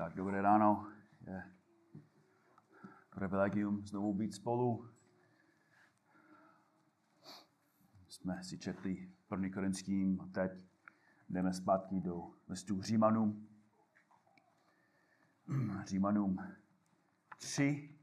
Tak dobré ráno. Je privilegium znovu být spolu. Jsme si četli 1. Korinským a teď jdeme zpátky do listu Římanům. Římanům 3.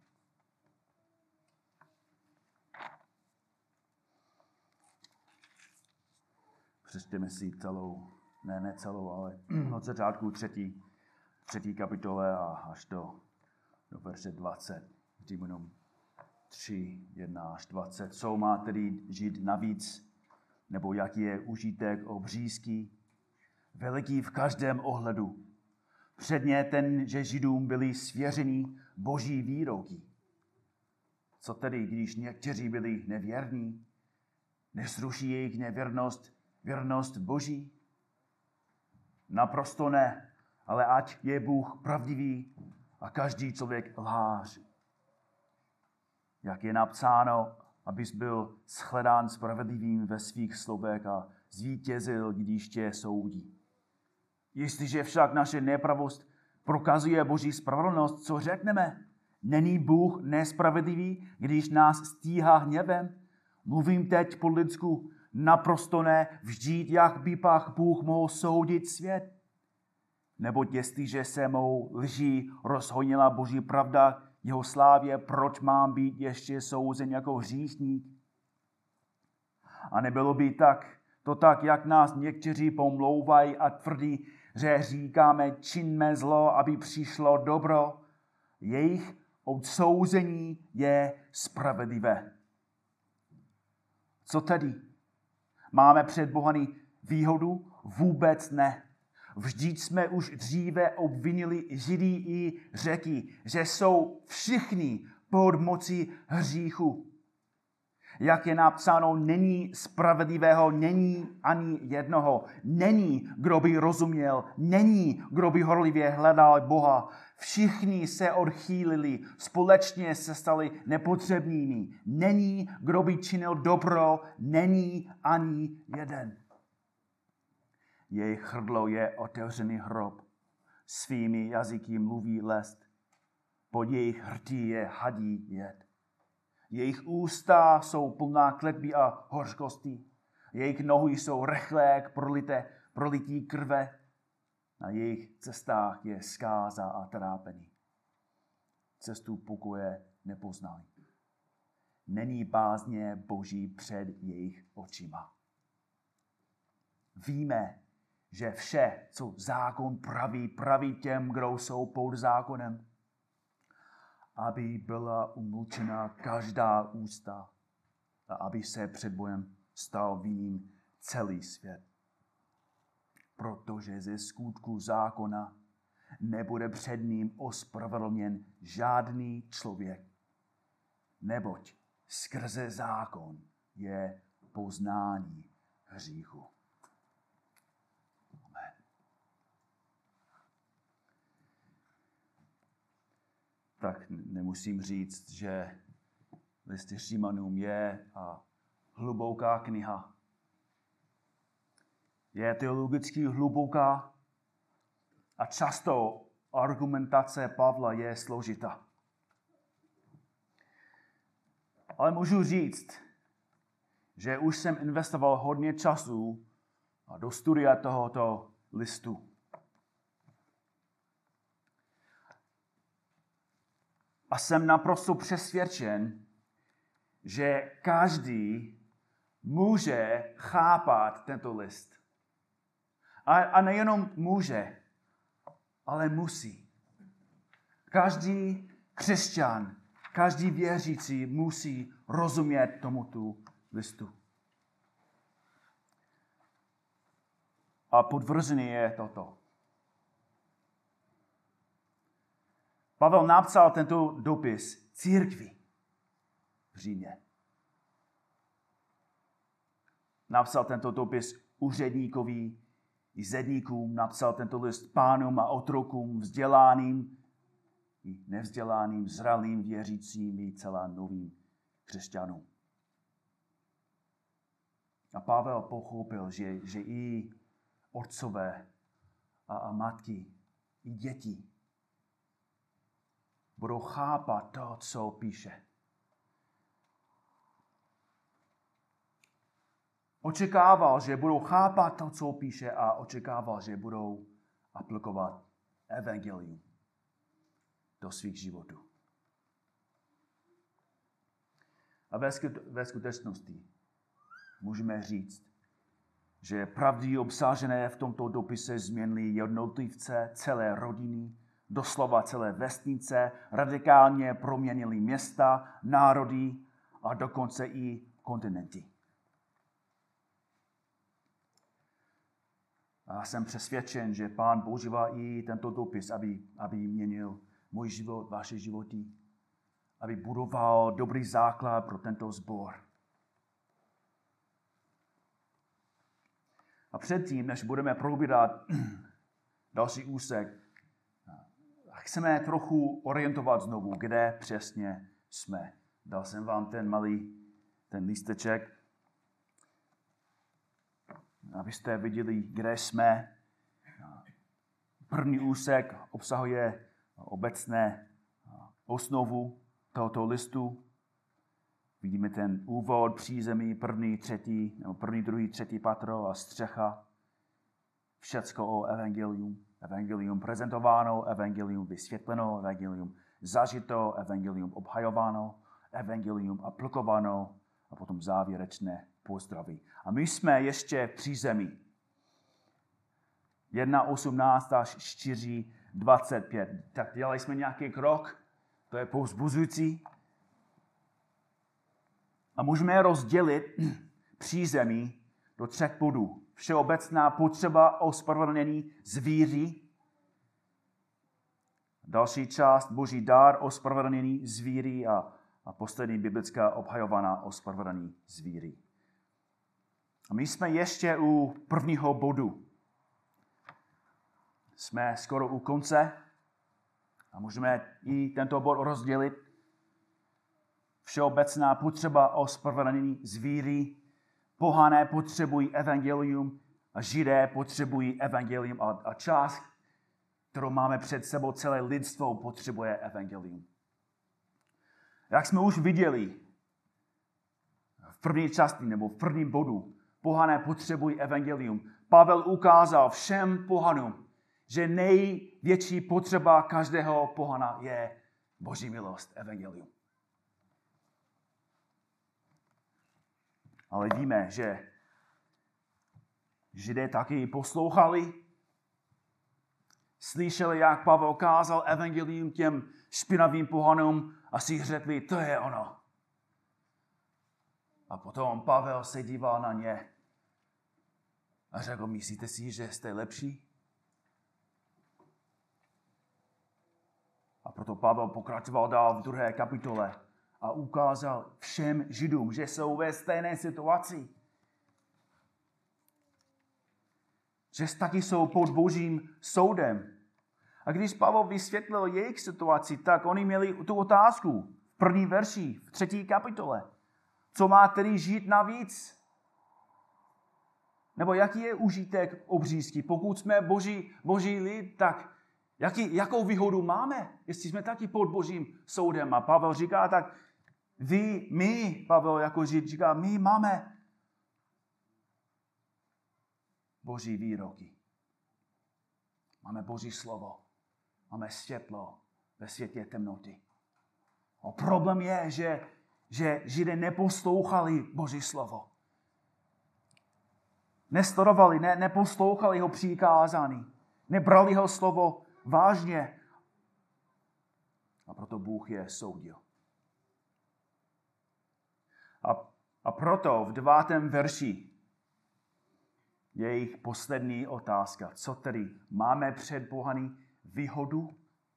Přečteme si celou, ne celou, ale od začátku třetí kapitole a až do verše 20. Římanům 3, 1 až 20. Co má tedy žít navíc, nebo jaký je užitek obřízký? Veliký v každém ohledu. Předně ten, že Židům byli svěření boží výroky. Co tedy, když někteří byli nevěrní? Nezruší jejich věrnost boží? Naprosto ne, ale ať je Bůh pravdivý a každý člověk lhář. Jak je napsáno, abys byl shledán spravedlivým ve svých slovech a zvítězil, když tě soudí. Jestliže však naše nepravost prokazuje boží spravedlnost, co řekneme? Není Bůh nespravedlivý, když nás stíhá hněvem? Mluvím teď po lidsku, naprosto ne, vždyť jak by pak Bůh mohl soudit svět? Neboť jestliže se mou lží rozhojnila boží pravda jeho slávě, proč mám být ještě souzen jako hříšník? A nebylo by tak, jak nás někteří pomlouvají a tvrdí, že říkáme, čiňme zlo, aby přišlo dobro. Jejich odsouzení je spravedlivé. Co tedy? Máme před Bohem výhodu? Vůbec ne. Vždyť jsme už dříve obvinili Židy i Řeky, že jsou všichni pod mocí hříchu. Jak je napsáno, není spravedlivého, není ani jednoho. Není, kdo by rozuměl, není, kdo by horlivě hledal Boha. Všichni se odchýlili, společně se stali nepotřebnými. Není, kdo by činil dobro, není ani jeden. Jejich hrdlo je otevřený hrob, svými jazyky mluví lest, pod jejich hrtí je hadí jed. Jejich ústa jsou plná kletby a hořkosti, jejich nohy jsou rychlé k prolití krve, na jejich cestách je zkáza a trápení. Cestu pokoje nepoznali. Není bázně Boží před jejich očima. Víme, že vše, co zákon praví těm, kdo jsou pod zákonem, aby byla umlčena každá ústa a aby se před Bohem stal vinným celý svět. Protože ze skutku zákona nebude před ním ospravedlněn žádný člověk, neboť skrze zákon je poznání hříchu. Tak nemusím říct, že list Římanům je hluboká kniha. Je teologicky hluboká a často argumentace Pavla je složitá. Ale můžu říct, že už jsem investoval hodně času do studia tohoto listu. A jsem naprosto přesvědčen, že každý může chápat tento list. A nejenom může, ale musí. Každý křesťan, každý věřící musí rozumět tomuto listu. A potvrzené je toto. Pavel napsal tento dopis církvi v Římě. Napsal tento dopis úředníkovi i zedníkům, napsal tento list pánům a otrokům, vzdělaným i nevzdělaným, zralým věřícím i celá novým křesťanům. A Pavel pochopil, že i otcové a matky, i děti budou chápat to, co píše. Očekával, že budou chápat to, co píše a očekával, že budou aplikovat evangelium do svých životů. A ve skutečnosti můžeme říct, že pravdy obsažené v tomto dopise změnily jednotlivce, celé rodiny, doslova celé vesnice, radikálně proměnily města, národy a dokonce i kontinenty. A jsem přesvědčen, že Pán používá i tento dopis, aby měnil můj život, vaše životy, aby budoval dobrý základ pro tento sbor. A předtím, než budeme probírat další úsek, chceme trochu orientovat znovu, kde přesně jsme. Dal jsem vám ten lísteček, abyste viděli, kde jsme. První úsek obsahuje obecné osnovu tohoto listu. Vidíme ten úvod, přízemí, první, druhý, třetí patro a střecha. Všecko o evangelium. Evangelium prezentováno, evangelium vysvětleno, evangelium zažito, evangelium obhajováno, evangelium aplikováno a potom závěrečné pozdraví. A my jsme ještě v přízemí. 1.18 až 4.25. Tak dělali jsme nějaký krok, to je povzbuzující. A můžeme rozdělit přízemí do 3 bodů. Všeobecná potřeba ospravedlnění z víry. Další část boží dar ospravedlnění z víry a poslední biblická obhajovaná ospravedlnění z víry. A my jsme ještě u prvního bodu. Jsme skoro u konce a můžeme i tento bod rozdělit. Všeobecná potřeba ospravedlnění z víry. Pohané potřebují evangelium a Židé potřebují evangelium a část, kterou máme před sebou, celé lidstvo potřebuje evangelium. Jak jsme už viděli v první části nebo v prvním bodu, pohané potřebují evangelium. Pavel ukázal všem pohanům, že největší potřeba každého pohana je Boží milost, evangelium. Ale víme, že Židé taky poslouchali, slyšeli, jak Pavel kázal evangelium těm špinavým pohanům a si řekli, to je ono. A potom Pavel se díval na ně a řekl, myslíte si, že jste lepší? A proto Pavel pokračoval dál v 2. kapitole a ukázal všem Židům, že jsou ve stejné situaci. Že taky jsou pod Božím soudem. A když Pavel vysvětlil jejich situaci, tak oni měli tu otázku v první verši, v 3. kapitole. Co má tedy žít navíc? Nebo jaký je užitek obřízky? Pokud jsme boží lid, tak jakou výhodu máme, jestli jsme taky pod Božím soudem? A Pavel říká, tak Pavel jako Žid říká, my máme Boží výroky. Máme Boží slovo. Máme světlo ve světě temnoty. A problém je, že Židé neposlouchali Boží slovo. Nestudovali, neposlouchali jeho přikázání. Nebrali jeho slovo vážně. A proto Bůh je soudil. A proto v 9. verši je jejich poslední otázka. Co tedy? Máme před pohany výhodu?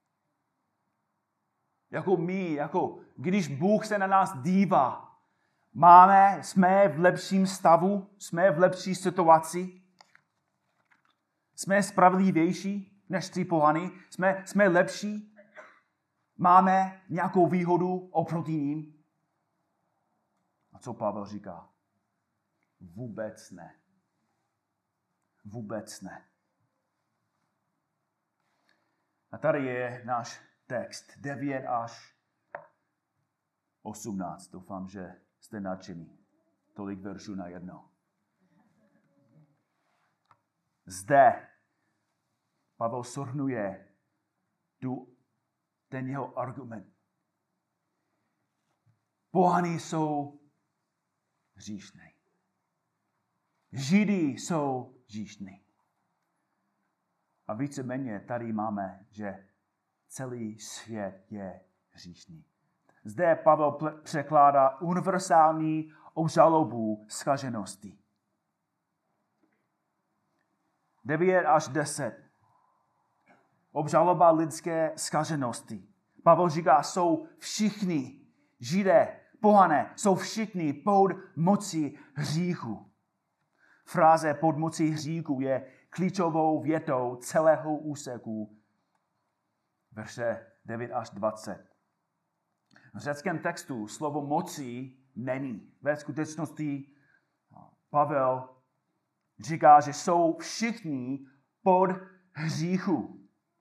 Jako když Bůh se na nás dívá, jsme v lepším stavu, jsme v lepší situaci, jsme spravedlivější než ty pohany, jsme lepší, máme nějakou výhodu oproti ním. A co Pavel říká? Vůbec ne. Vůbec ne. A tady je náš text 9 až 18. Doufám, že jste nadšení. Tolik veršů na jedno. Zde Pavel shrnuje ten jeho argument. Pohany jsou hříšní. Židi jsou hříšní. A víceméně tady máme, že celý svět je hříšný. Zde Pavel překládá univerzální obžalobu zkaženosti. 9 až 10. Obžaloba lidské zkaženosti. Pavel říká, jsou všichni Židé, pohané, jsou všichni pod mocí hříchu. Fráze pod mocí hříchu je klíčovou větou celého úseku verše 9 až 20. V řeckém textu slovo moci není. Ve skutečnosti Pavel říká, že jsou všichni pod hříchu.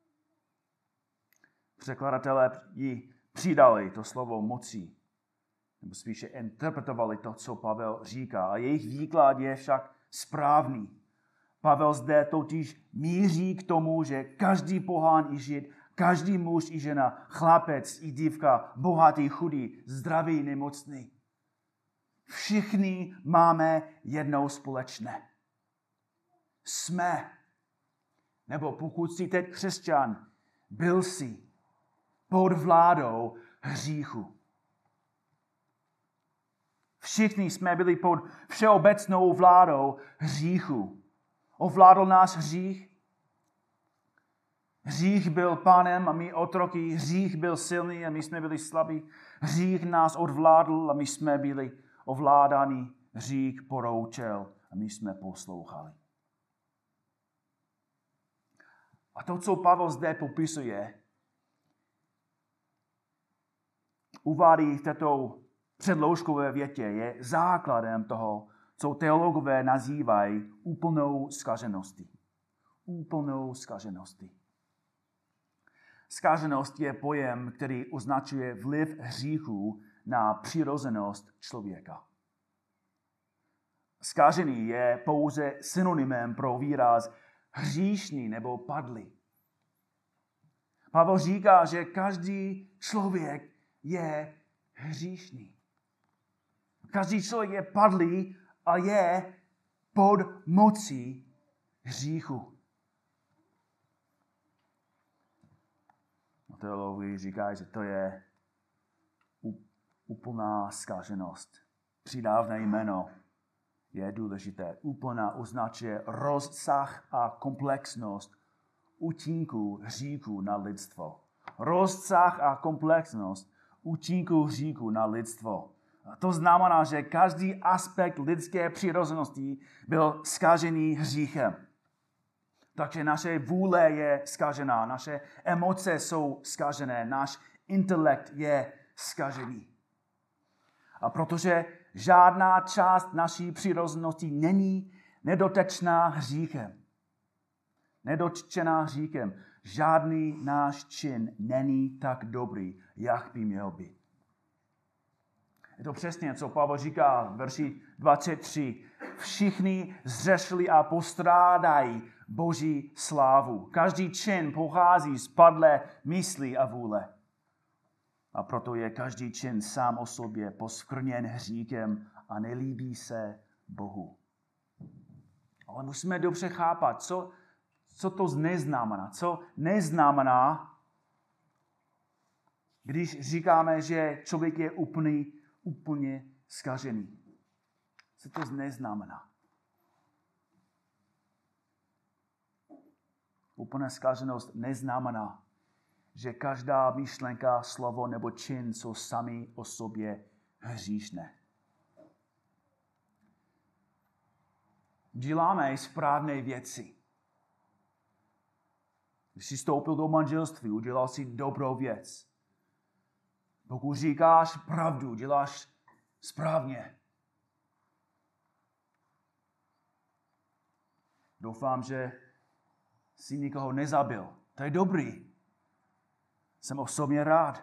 Překladatelé ji přidali to slovo moci, nebo spíše interpretovali to, co Pavel říká. A jejich výklad je však správný. Pavel zde totiž míří k tomu, že každý pohán i žid, každý muž i žena, chlapec i dívka, bohatý, chudý, zdravý, nemocný. Všichni máme jednou společné. Jsme, nebo pokud jsi teď křesťan, byl jsi pod vládou hříchu. Všichni jsme byli pod všeobecnou vládou hříchu. Ovládl nás hřích. Hřích byl pánem a my otroky. Hřích byl silný a my jsme byli slabí. Hřích nás odvládl a my jsme byli ovládáni. Hřích poroučel a my jsme poslouchali. A to, co Pavel zde popisuje, uvádí v této předložkové větě, je základem toho, co teologové nazývají úplnou zkažeností. Úplnou zkažeností. Zkaženost je pojem, který označuje vliv hříchu na přirozenost člověka. Zkažený je pouze synonymem pro výraz hříšný nebo padlý. Pavel říká, že každý člověk je hříšný. Každý člověk je padlý a je pod mocí hříchu. Teologové říkají, že to je úplná zkaženost. Přidávné jméno je důležité. Úplná označuje rozsah a komplexnost účinku hříchu na lidstvo. Rozsah a komplexnost účinku hříchu na lidstvo. A to znamená, že každý aspekt lidské přirozenosti byl zkažený hříchem. Takže naše vůle je zkažená, naše emoce jsou zkažené, náš intelekt je zkažený. A protože žádná část naší přirozenosti není nedotečná hříchem, nedotčená hříchem, žádný náš čin není tak dobrý, jak by měl být. Je to přesně, co Pavel říká v verši 23. Všichni zřešili a postrádají Boží slávu. Každý čin pochází z padlé mysli a vůle. A proto je každý čin sám o sobě poskvrněn hříchem a nelíbí se Bohu. Ale musíme dobře chápat, co to neznamená. Co neznamená, když říkáme, že člověk je úplně zkažený. Co to neznamená? Úplná zkaženost neznamená, že každá myšlenka, slovo nebo čin jsou sami o sobě hříšné. Děláme správné věci. Když jsi vstoupil do manželství, udělal si dobrou věc. Pokud říkáš pravdu, děláš správně. Doufám, že jsi nikoho nezabil. To je dobrý. Jsem osobně rád.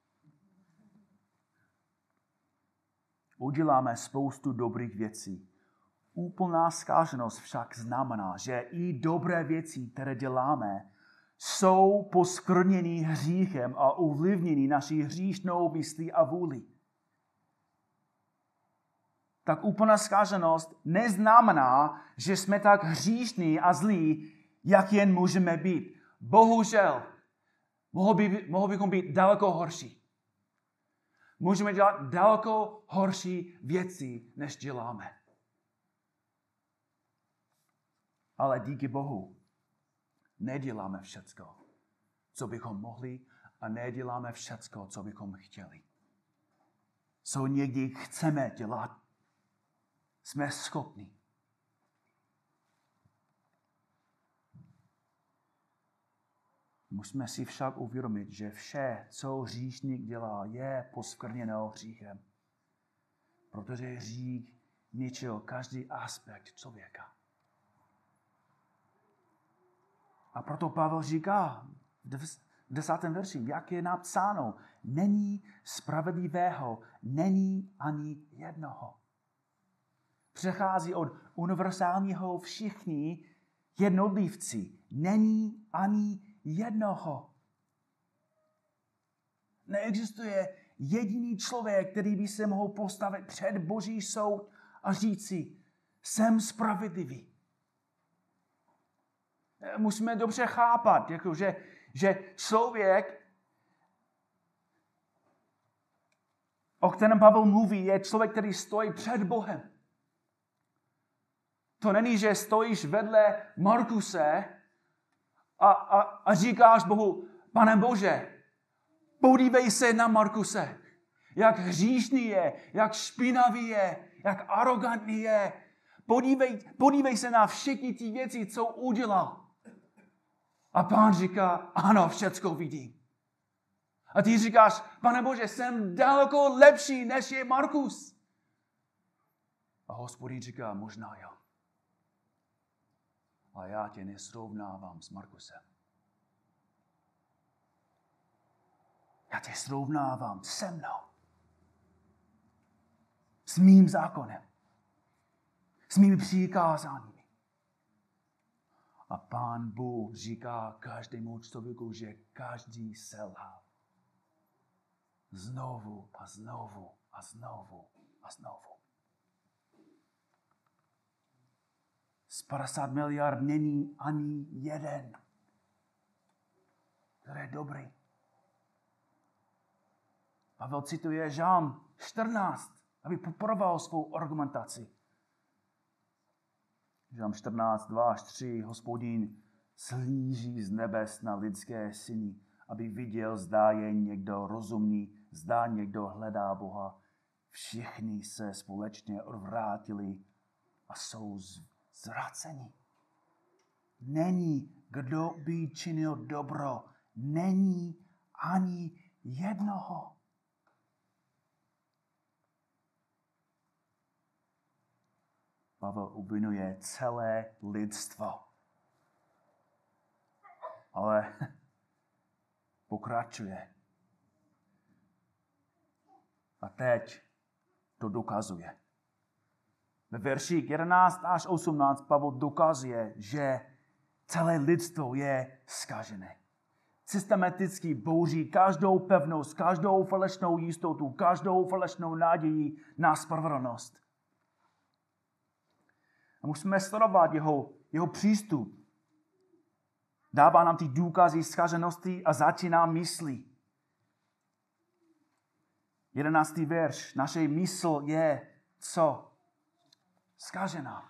Uděláme spoustu dobrých věcí. Úplná zkáženost však znamená, že i dobré věci, které děláme, jsou poskvrněny hříchem a ovlivněny naší hříšnou myslí a vůli. Tak úplná zkáženost neznamená, že jsme tak hříšní a zlí, jak jen můžeme být. Bohužel, mohli bychom být daleko horší. Můžeme dělat daleko horší věci, než děláme. Ale díky Bohu neděláme všecko, co bychom mohli, a neděláme všecko, co bychom chtěli. Co někdy chceme dělat, jsme schopni. Musíme si však uvědomit, že vše, co hříšník dělá, je poskvrněno hříchem. Protože hřích ničil každý aspekt člověka. A proto Pavel říká v 10. verši, jak je napsáno, není spravedlivého, není ani jednoho. Přechází od univerzálního všichni jednotlivci. Není ani jednoho. Neexistuje jediný člověk, který by se mohl postavit před Boží soud a říci, jsem spravedlivý. Musíme dobře chápat, že člověk, o kterém Pavel mluví, je člověk, který stojí před Bohem. To není, že stojíš vedle Markuse a říkáš Bohu, Pane Bože, podívej se na Markuse, jak hříšný je, jak špinavý je, jak arrogantní je. Podívej se na všechny ty věci, co udělal. A Pán říká, ano, všecko vidím. A ty říkáš, Pane Bože, jsem daleko lepší, než je Markus. A Hospodin říká, možná jo. A já tě nesrovnávám s Markusem. Já tě srovnávám se mnou. S mým zákonem. S mými přikázáními. A Pán Bůh říká každému člověku, že každý selhal. Znovu a znovu a znovu a znovu. Z 50 miliard není ani jeden, který je dobrý. Pavel cituje Žálm 14, aby podporoval svou argumentaci. Žálm 14, 2 až 3, Hospodin slíží z nebes na lidské syny, aby viděl, zda je někdo rozumný, zda někdo hledá Boha. Všichni se společně odvrátili a jsou zvraceni. Není, kdo by činil dobro, není ani jednoho. Pavel obvinuje celé lidstvo. Ale pokračuje. A teď to dokazuje. Ve verších 11 až 18 Pavel dokazuje, že celé lidstvo je zkažené. Systematicky bouří každou pevnost, každou falešnou jistotu, každou falešnou naději na spravedlnost. A musíme sledovat jeho přístup. Dává nám ty důkazy zkaženosti a začíná myslí. 11. verš. Naše mysl je co? Zkažená.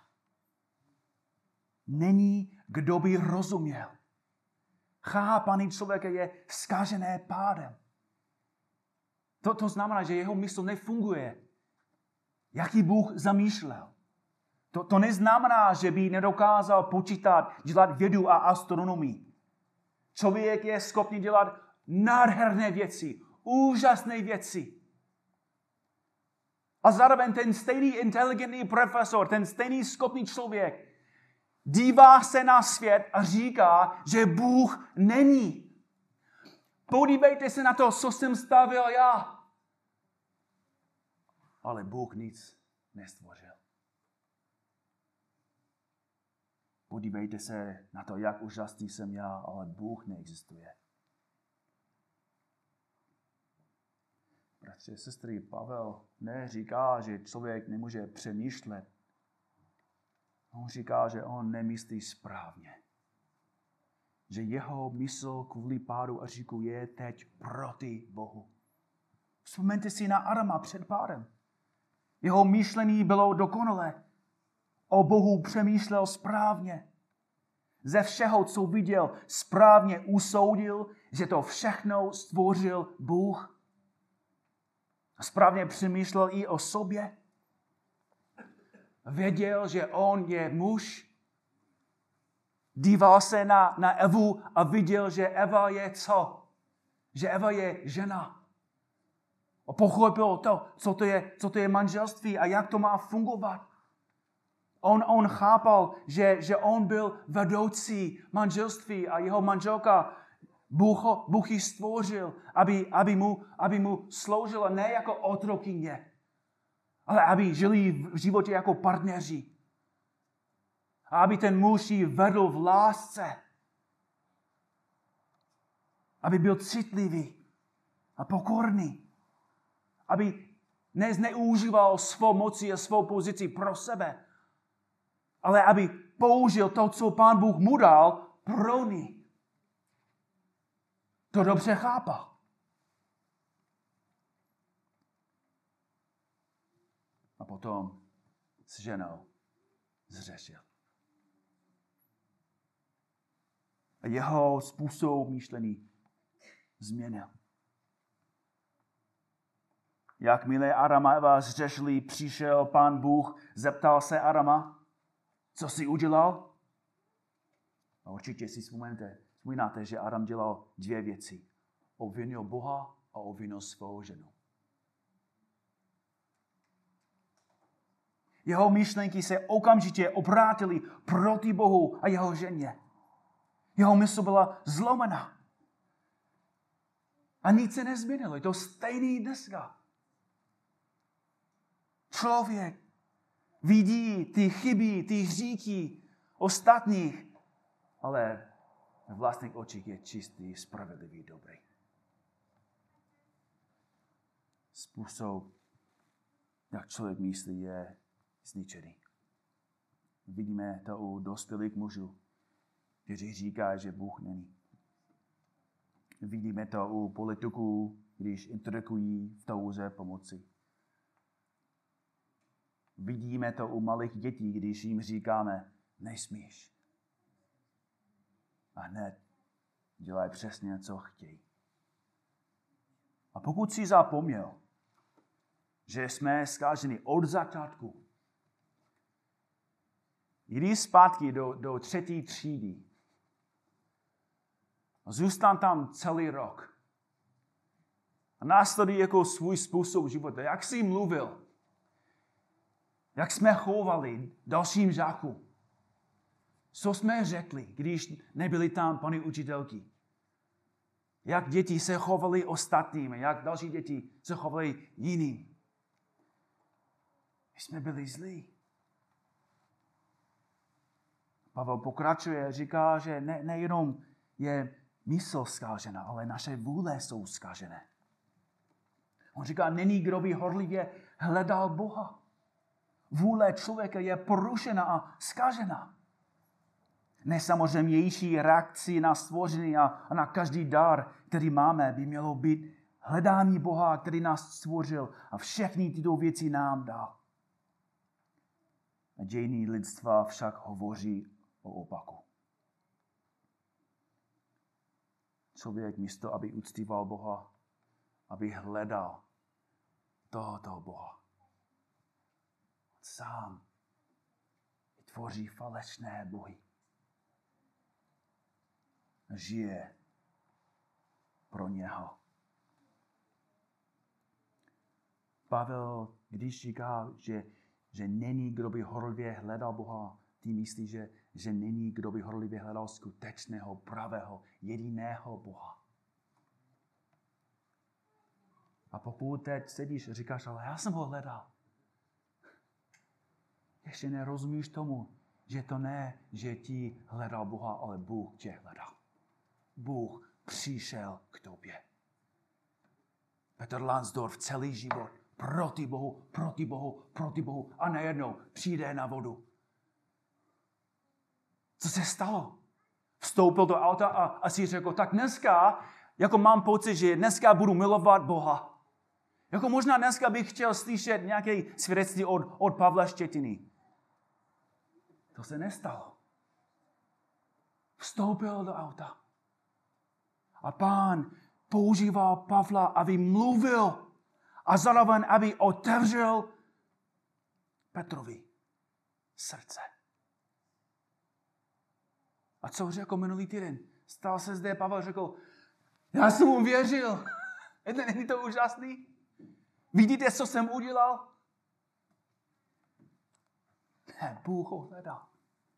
Není, kdo by rozuměl. Chápaný člověk je zkažené pádem. To znamená, že jeho mysl nefunguje, jaký Bůh zamýšlel. To neznamená, že by nedokázal počítat, dělat vědu a astronomii. Člověk je schopný dělat nádherné věci, úžasné věci. A zároveň ten stejný inteligentní profesor, ten stejný schopný člověk dívá se na svět a říká, že Bůh není. Podívejte se na to, co jsem stavěl já. Ale Bůh nic nestvořil. Podívejte se na to, jak úžasný jsem já, ale Bůh neexistuje. Bratři, sestry, Pavel neříká, že člověk nemůže přemýšlet. On říká, že on nemyslí správně. Že jeho mysl kvůli pádu a hříchu je teď proti Bohu. Vzpomeňte si na Adama před pádem. Jeho myšlení bylo dokonalé. O Bohu přemýšlel správně. Ze všeho, co viděl, správně usoudil, že to všechno stvořil Bůh. A správně přemýšlel i o sobě. Věděl, že on je muž. Díval se na Evu a viděl, že Eva je co? Že Eva je žena. A pochopil to, co to je manželství a jak to má fungovat. On chápal, že on byl vedoucí manželství a jeho manželka Bůh ji stvořil, aby mu sloužila ne jako otrokyně, ale aby žili v životě jako partneři. A aby ten muž ji vedl v lásce. Aby byl citlivý a pokorný. Aby nezneužíval svou moci a svou pozici pro sebe, ale aby použil to, co Pán Bůh mu dal, pro ní. To dobře chápal. A potom s ženou zřešil. A jeho způsob myšlení změnil. Jakmile Adam a Eva zřešili, přišel Pán Bůh, zeptal se Adama, co jsi udělal? A určitě si vzpomínáte, že Adam dělal dvě věci. Obvinil Boha a obvinil svou ženu. Jeho myšlenky se okamžitě obrátily proti Bohu a jeho ženě. Jeho mysl byla zlomená. A nic se nezměnilo. Je to stejný dneska. Člověk vidí ty chyby, ty hříchy ostatních, ale v vlastních očích je čistý, spravedlivý, dobrý. Způsob, jak člověk myslí, je zničený. Vidíme to u dospělých mužů, kteří říkají, že Bůh není. Vidíme to u politiků, když interakují v touze pomoci. Vidíme to u malých dětí, když jim říkáme, nesmíš. A hned dělají přesně, co chtějí. A pokud si zapomněl, že jsme zkáženi od začátku, jdi zpátky do 3. třídy. Zůstan tam celý rok. A následuj jako svůj způsob života. Jak jsi mluvil? Jak jsme chovali dalším žákům? Co jsme řekli, když nebyly tam paní učitelky? Jak děti se chovaly ostatním, jak další děti se chovaly jiným? My jsme byli zlí. Pavel pokračuje, říká, že nejenom je mysl zkážená, ale naše vůle jsou zkážené. On říká, není kdo by horlivě hledal Boha. Vůle člověka je porušena a zkažená. Nejsamozřejmější reakcí na stvoření a na každý dar, který máme, by mělo být hledání Boha, který nás stvořil a všechny tyto věci nám dal. Dějiny lidstva však hovoří o opaku. Člověk místo, aby uctíval Boha, aby hledal tohoto Boha, sám tvoří falešné bohy. Žije pro něho. Pavel, když říká, že není, kdo by horlivě hledal Boha, ty myslí, že není, kdo by horlivě hledal skutečného, pravého, jediného Boha. A pokud teď sedíš a říkáš, ale já jsem ho hledal. Ještě nerozumíš tomu, že to ne, že ti hledal Boha, ale Bůh tě hledal. Bůh přišel k tobě. Petr Lansdorf celý život proti Bohu a najednou přijde na vodu. Co se stalo? Vstoupil do auta a si řekl, tak dneska, jako mám pocit, že dneska budu milovat Boha. Jako možná dneska bych chtěl slyšet nějaké svědectví od Pavla Štětiny. To se nestalo. Vstoupil do auta. A Pán používal Pavla, aby mluvil a zároveň, aby otevřel Petrovi srdce. A co řekl minulý týden? Stal se zde, Pavel řekl, já jsem mu věřil. Není to úžasný? Vidíte, co jsem udělal? Ne, Bůh ho hledal.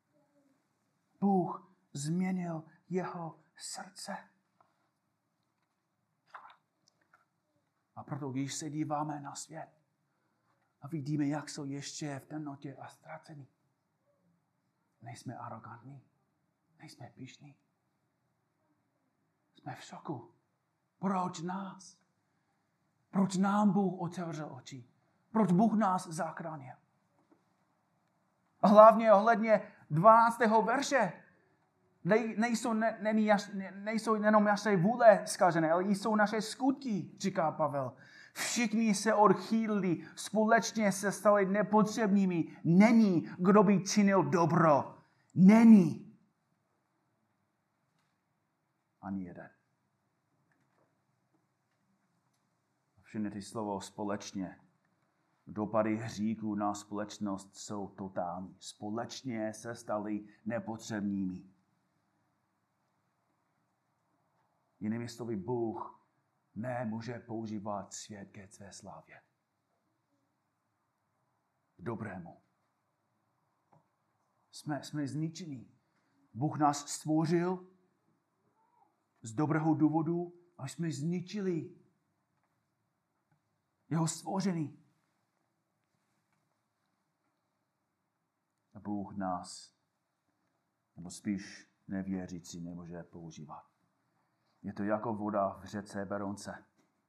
Bůh změnil jeho srdce. A proto, když se díváme na svět a vidíme, jak jsou ještě v temnotě a ztracení, nejsme arrogantní, nejsme pyšní. Jsme v šoku. Proč nás? Proč nám Bůh otevřel oči? Proč Bůh nás zachránil? A hlavně ohledně 12. verše. Nejsou jenom naše vůle zkažené, ale jsou naše skutky, říká Pavel. Všichni se odchýlili, společně se stali nepotřebnými. Není, kdo by činil dobro. Není. Ani jeden. Všimněte slovo společně. Dopady hříchů na společnost jsou totální. Společně se stali nepotřebnými. Jinými slovy, Bůh nemůže používat svět ke své slávě. K dobrému. Jsme zničení. Bůh nás stvořil z dobrého důvodu a jsme zničili jeho stvoření. A Bůh nás, nebo spíš nevěřící, nemůže používat. Je to jako voda v řece Berounce.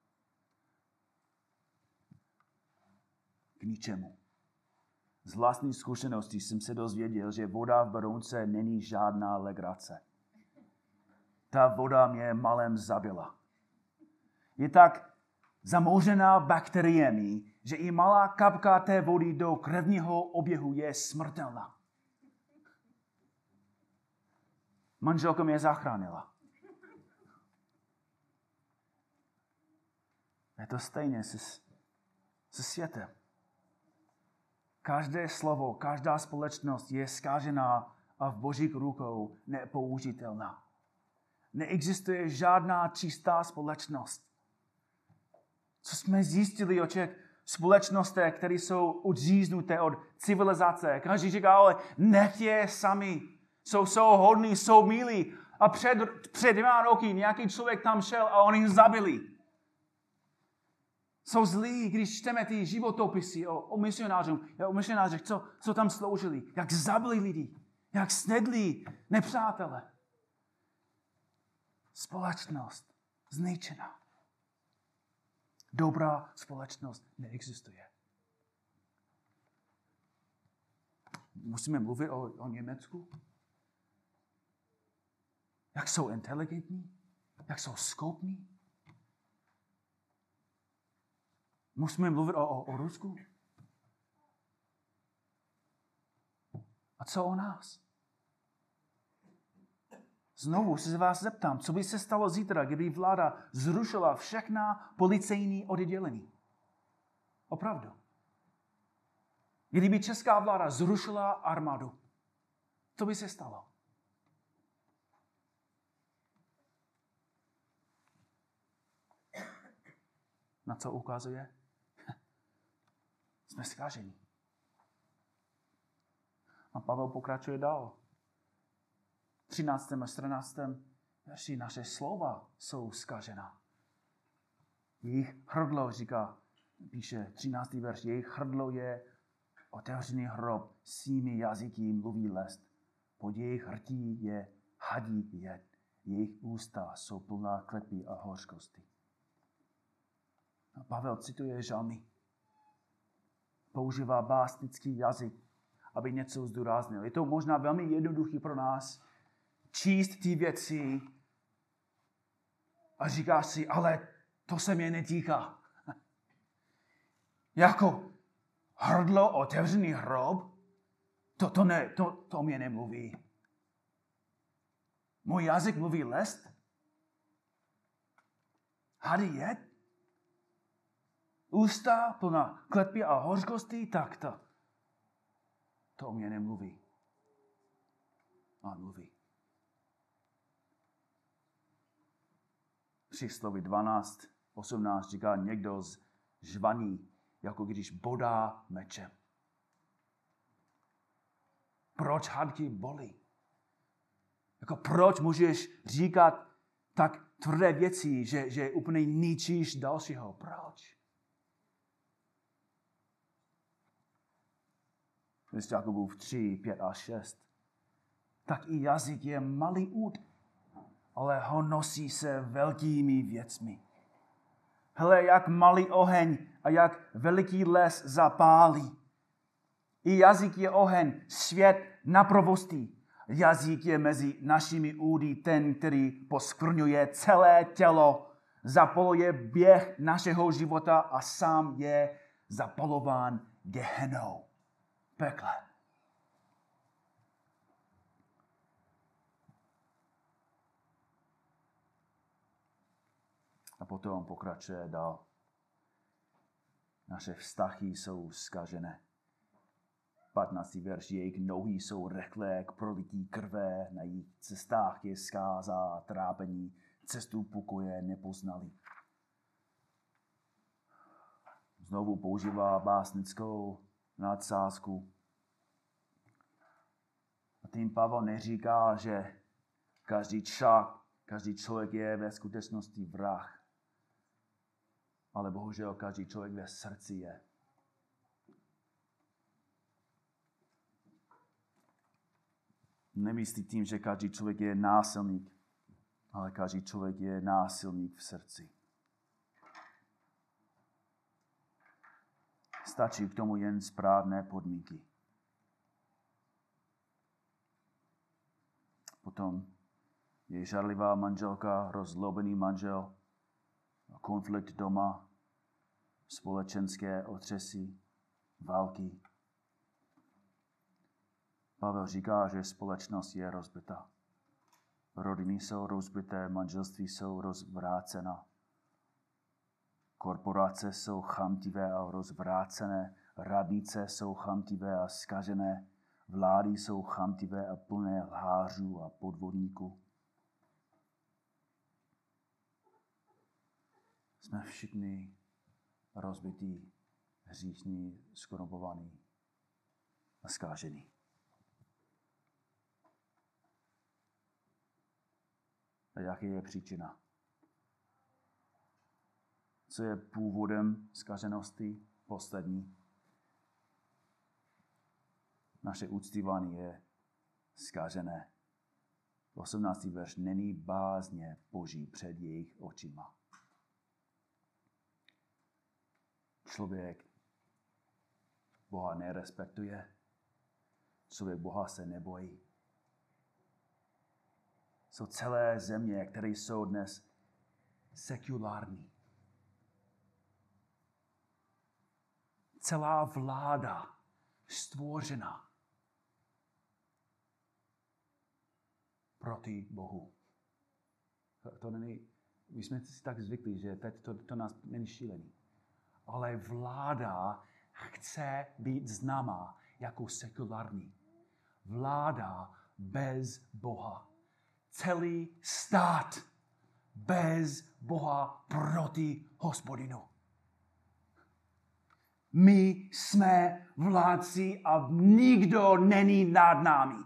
K ničemu. Z vlastní zkušenosti jsem se dozvěděl, že voda v Berounce není žádná legrace. Ta voda mě malem zabila. Je tak zamouřená bakteriemi, že i malá kapka té vody do krevního oběhu je smrtelná. Manželka mě zachránila. Je to stejně se světem. Každé slovo, každá společnost je zkážená a v Božích rukou nepoužitelná. Neexistuje žádná čistá společnost. Co jsme zjistili o těch společnostech, které jsou odříznuté od civilizace. Každý říká, ale nech je sami. Jsou hodní, jsou milí. A před 2 roky nějaký člověk tam šel a oni zabili. Jsou zlí, když čteme ty životopisy o misionářích, co tam sloužili. Jak zabili lidi. Jak snedli nepřátele. Společnost zničená. Dobrá společnost neexistuje. Musíme mluvit o Německu. Jak jsou inteligentní, jak jsou schopní. Musíme mluvit o Rusku. A co o nás? Znovu se vás zeptám, co by se stalo zítra, kdyby vláda zrušila všechna policejní oddělení? Opravdu. Kdyby česká vláda zrušila armádu, co by se stalo? Na co ukazuje? Jsme zkaženi. A Pavel pokračuje dál. 13. a 14. verši naše slova jsou zkažená. Jejich hrdlo, píše 13. verš, jejich hrdlo je otevřený hrob, svými jazyky mluví lest. Pod jejich rtí je hadí jed. Jejich ústa jsou plná klepy a hořkosti. A Pavel cituje žalmy. Používá básnický jazyk, aby něco zdůraznil. Je to možná velmi jednoduchý pro nás číst ty věci a říká si, ale to se mě netýká. Jako hrdlo, otevřený hrob, to mě nemluví. Můj jazyk mluví lest? Hady jed? Ústa plná klepy a hořkosti? Tak to o mě nemluví. On mluví. Přísloví 12:18 říká, někdo žvaní, jako když bodá mečem. Proč hádky bolí? Jako proč můžeš říkat tak tvrdé věci, že úplně ničíš dalšího? Proč? List Jakubův 3:5-6. Tak i jazyk je malý úd, ale honosí se velkými věcmi. Hele, jak malý oheň a jak veliký les zapálí. I jazyk je oheň, svět naprovostí. Jazyk je mezi našimi údy ten, který poskvrňuje celé tělo, zapaluje běh našeho života a sám je zapalován Gehenou, pekle. A potom pokračuje dál. Naše vztahy jsou zkažené. 15. verš, jejich nohy jsou rychlé k prolití krve, na jejich cestách je zkáza a trápení, cestu pokoje nepoznali. Znovu používá básnickou nadsázku. A tím Pavel neříká, že každý člověk je ve skutečnosti vrah. Ale bohužel každý člověk ve srdci je. Nemyslí tím, že každý člověk je násilník, ale každý člověk je násilník v srdci. Stačí k tomu jen správné podmínky. Potom je žárlivá manželka, rozzlobený manžel, konflikt doma, společenské otřesy, války. Pavel říká, že společnost je rozbitá. Rodiny jsou rozbité, manželství jsou rozvrácena. Korporace jsou chamtivé a rozvrácené, radnice jsou chamtivé a zkažené, vlády jsou chamtivé a plné lhářů a podvodníků. Jsme všichni rozbití, hříšní, skorumpovaní a zkážení. A jaká je příčina? Co je původem zkaženosti? Poslední. Naše uctívání je zkažené. 18. verš, není bázně Boží před jejich očima. Člověk Boha nerespektuje. Člověk Boha se nebojí. Jsou celé země, které jsou dnes sekulární. Celá vláda stvořena proti Bohu. To není, my jsme si tak zvyklí, že teď to nás není šílený. Ale vláda chce být známá jako sekulární. Vláda bez Boha. Celý stát bez Boha proti Hospodinu. My jsme vládci a nikdo není nad námi.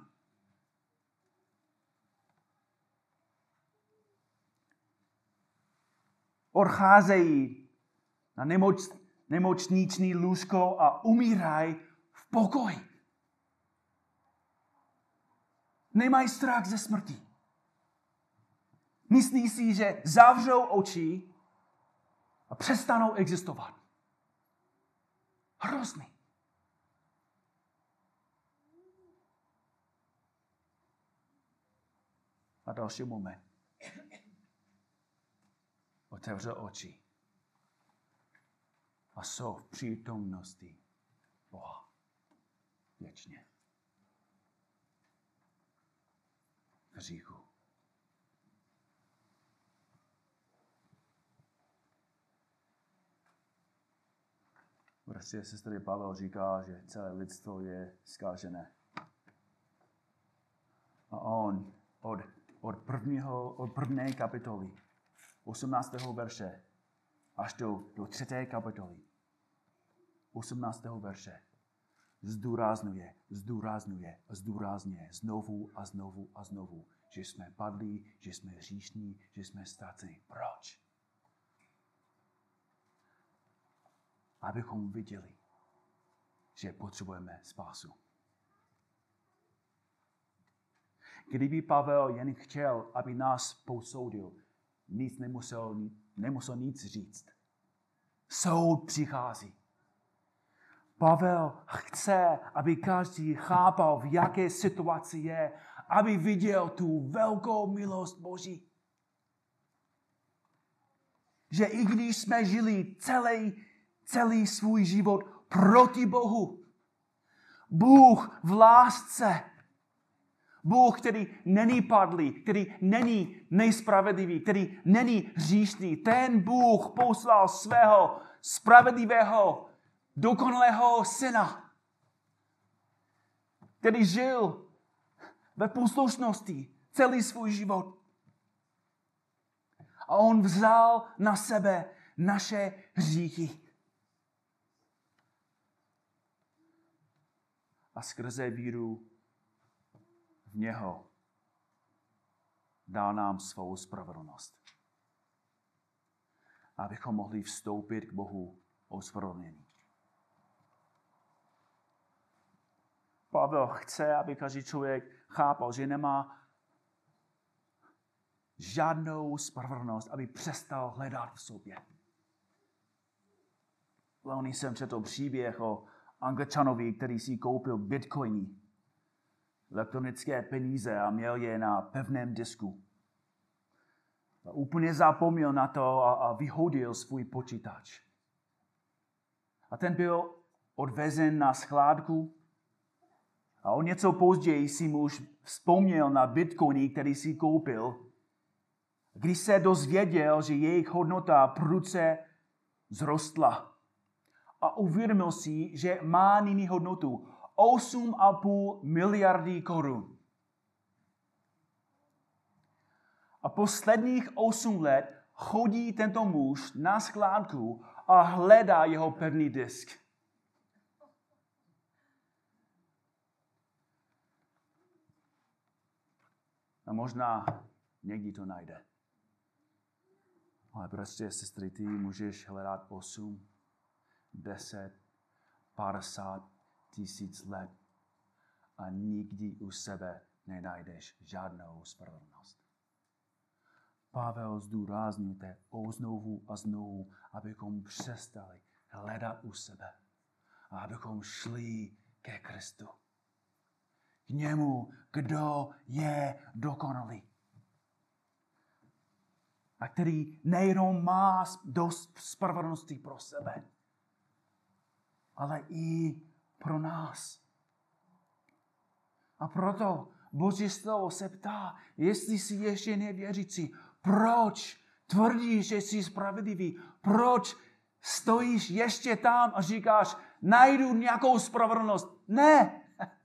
Odcházejí na nemocniční lůžko a umírají v pokoji. Nemají strach ze smrti. Myslí si, že zavřou oči a přestanou existovat. Hrozný. A další moment. Otevřel oči. A jsou v přítomnosti Boha. Věčně. V hříchu. Bratři a sestry, Pavel říká, že celé lidstvo je zkážené. A on od první kapitoly, 18. verše, až do 3. kapitoly, 18. verše, zdůrazňuje znovu a znovu, že jsme padli, že jsme hříšní, že jsme ztraceni. Proč? Abychom viděli, že potřebujeme spásu. Kdyby Pavel jen chtěl, aby nás posoudil, nemusel nic říct. Soud přichází. Pavel chce, aby každý chápal, v jaké situaci je, aby viděl tu velkou milost Boží. Že i když jsme žili celý svůj život proti Bohu, Bůh v lásce, Bůh, který není padlý, který není nejspravedlivý, který není hříšný, ten Bůh poslal svého spravedlivého, dokonalého syna, který žil ve poslušnosti celý svůj život. A on vzal na sebe naše hříchy. A skrze víru v něho dal nám svou spravedlnost. Abychom mohli vstoupit k Bohu ospravedlnění. Pavel chce, aby každý člověk chápal, že nemá žádnou spravedlnost, aby přestal hledat v sobě. Loni jsem četl příběh o Angličanovi, který si koupil bitcoiny, elektronické peníze a měl je na pevném disku. A úplně zapomněl na to a vyhodil svůj počítač. A ten byl odvezen na skládku a o něco později si muž vzpomněl na bitcoiny, který si koupil, když se dozvěděl, že jejich hodnota prudce zrostla. A uvědomil si, že má nyní hodnotu 8,5 miliardy korun. A posledních 8 let chodí tento muž na skládku a hledá jeho pevný disk. A možná někdy to najde. Ale prostě, sestry, ty můžeš hledat 8, 10, 50 tisíc let a nikdy u sebe nenajdeš žádnou spravedlnost. Pavel zdůrazňuje znovu a znovu, abychom přestali hledat u sebe a abychom šli ke Kristu. K němu, kdo je dokonalý. A který nejenom má dost spravedlnosti pro sebe, ale i pro nás. A proto Boží slovo se ptá, jestli jsi ještě nevěřící, proč tvrdíš, že jsi spravedlivý? Proč stojíš ještě tam a říkáš, najdu nějakou spravedlnost? Ne!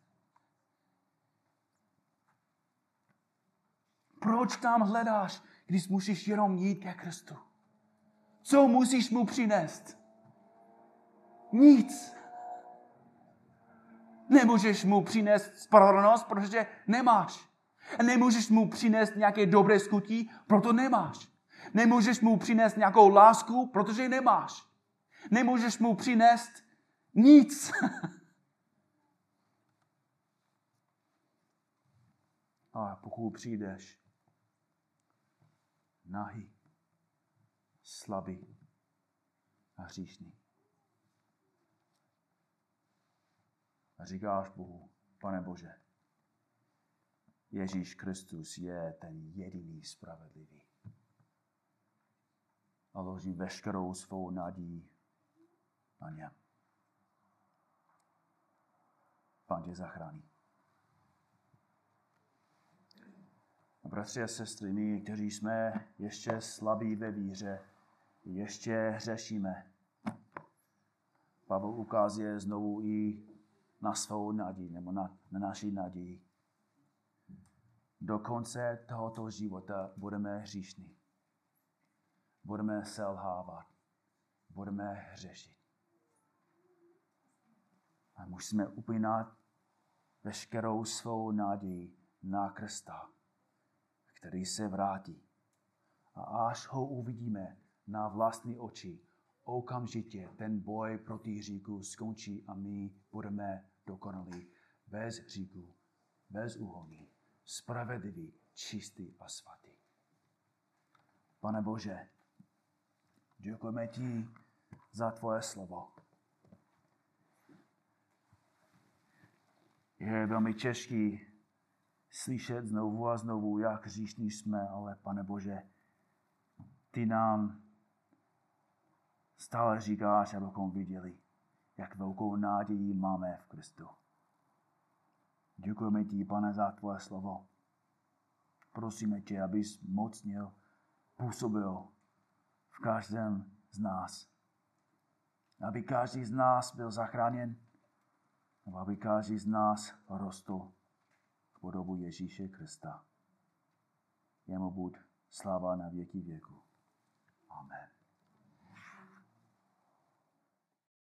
Proč tam hledáš, když musíš jenom jít ke Kristu? Co musíš mu přinést? Nic. Nemůžeš mu přinést spravedlnost, protože nemáš. Nemůžeš mu přinést nějaké dobré skutky, proto nemáš. Nemůžeš mu přinést nějakou lásku, protože nemáš. Nemůžeš mu přinést nic. Ale pokud přijdeš nahý, slabý a hříšný a říkáš Bohu, Pane Bože, Ježíš Kristus je ten jediný spravedlivý. A ložím veškerou svou naději na něm. Pán tě zachrání. A bratři a sestry, my, kteří jsme ještě slabí ve víře, ještě hřešíme, Pavel ukazuje znovu i na svou naději, nebo na naši naději. Do konce tohoto života budeme hříšní. Budeme selhávat. Budeme hřešit. A musíme upínat veškerou svou naději na Krista, který se vrátí. A až ho uvidíme na vlastní oči, okamžitě ten boj proti hříchu skončí a my budeme dokonalí, bez hříchu, bez úhony, spravedlivý, čistý a svatý. Pane Bože, děkujeme ti za tvoje slovo. Je velmi těžký slyšet znovu a znovu, jak hříšní jsme, ale Pane Bože, ty nám stále říkáš, abychom viděli, jak velkou naději máme v Kristu. Děkujeme ti, Pane, za tvoje slovo. Prosíme tě, abys mocnil, působil v každém z nás. Aby každý z nás byl zachráněn, aby každý z nás rostl k podobu Ježíše Krista. Jemu buď sláva na věky věku. Amen.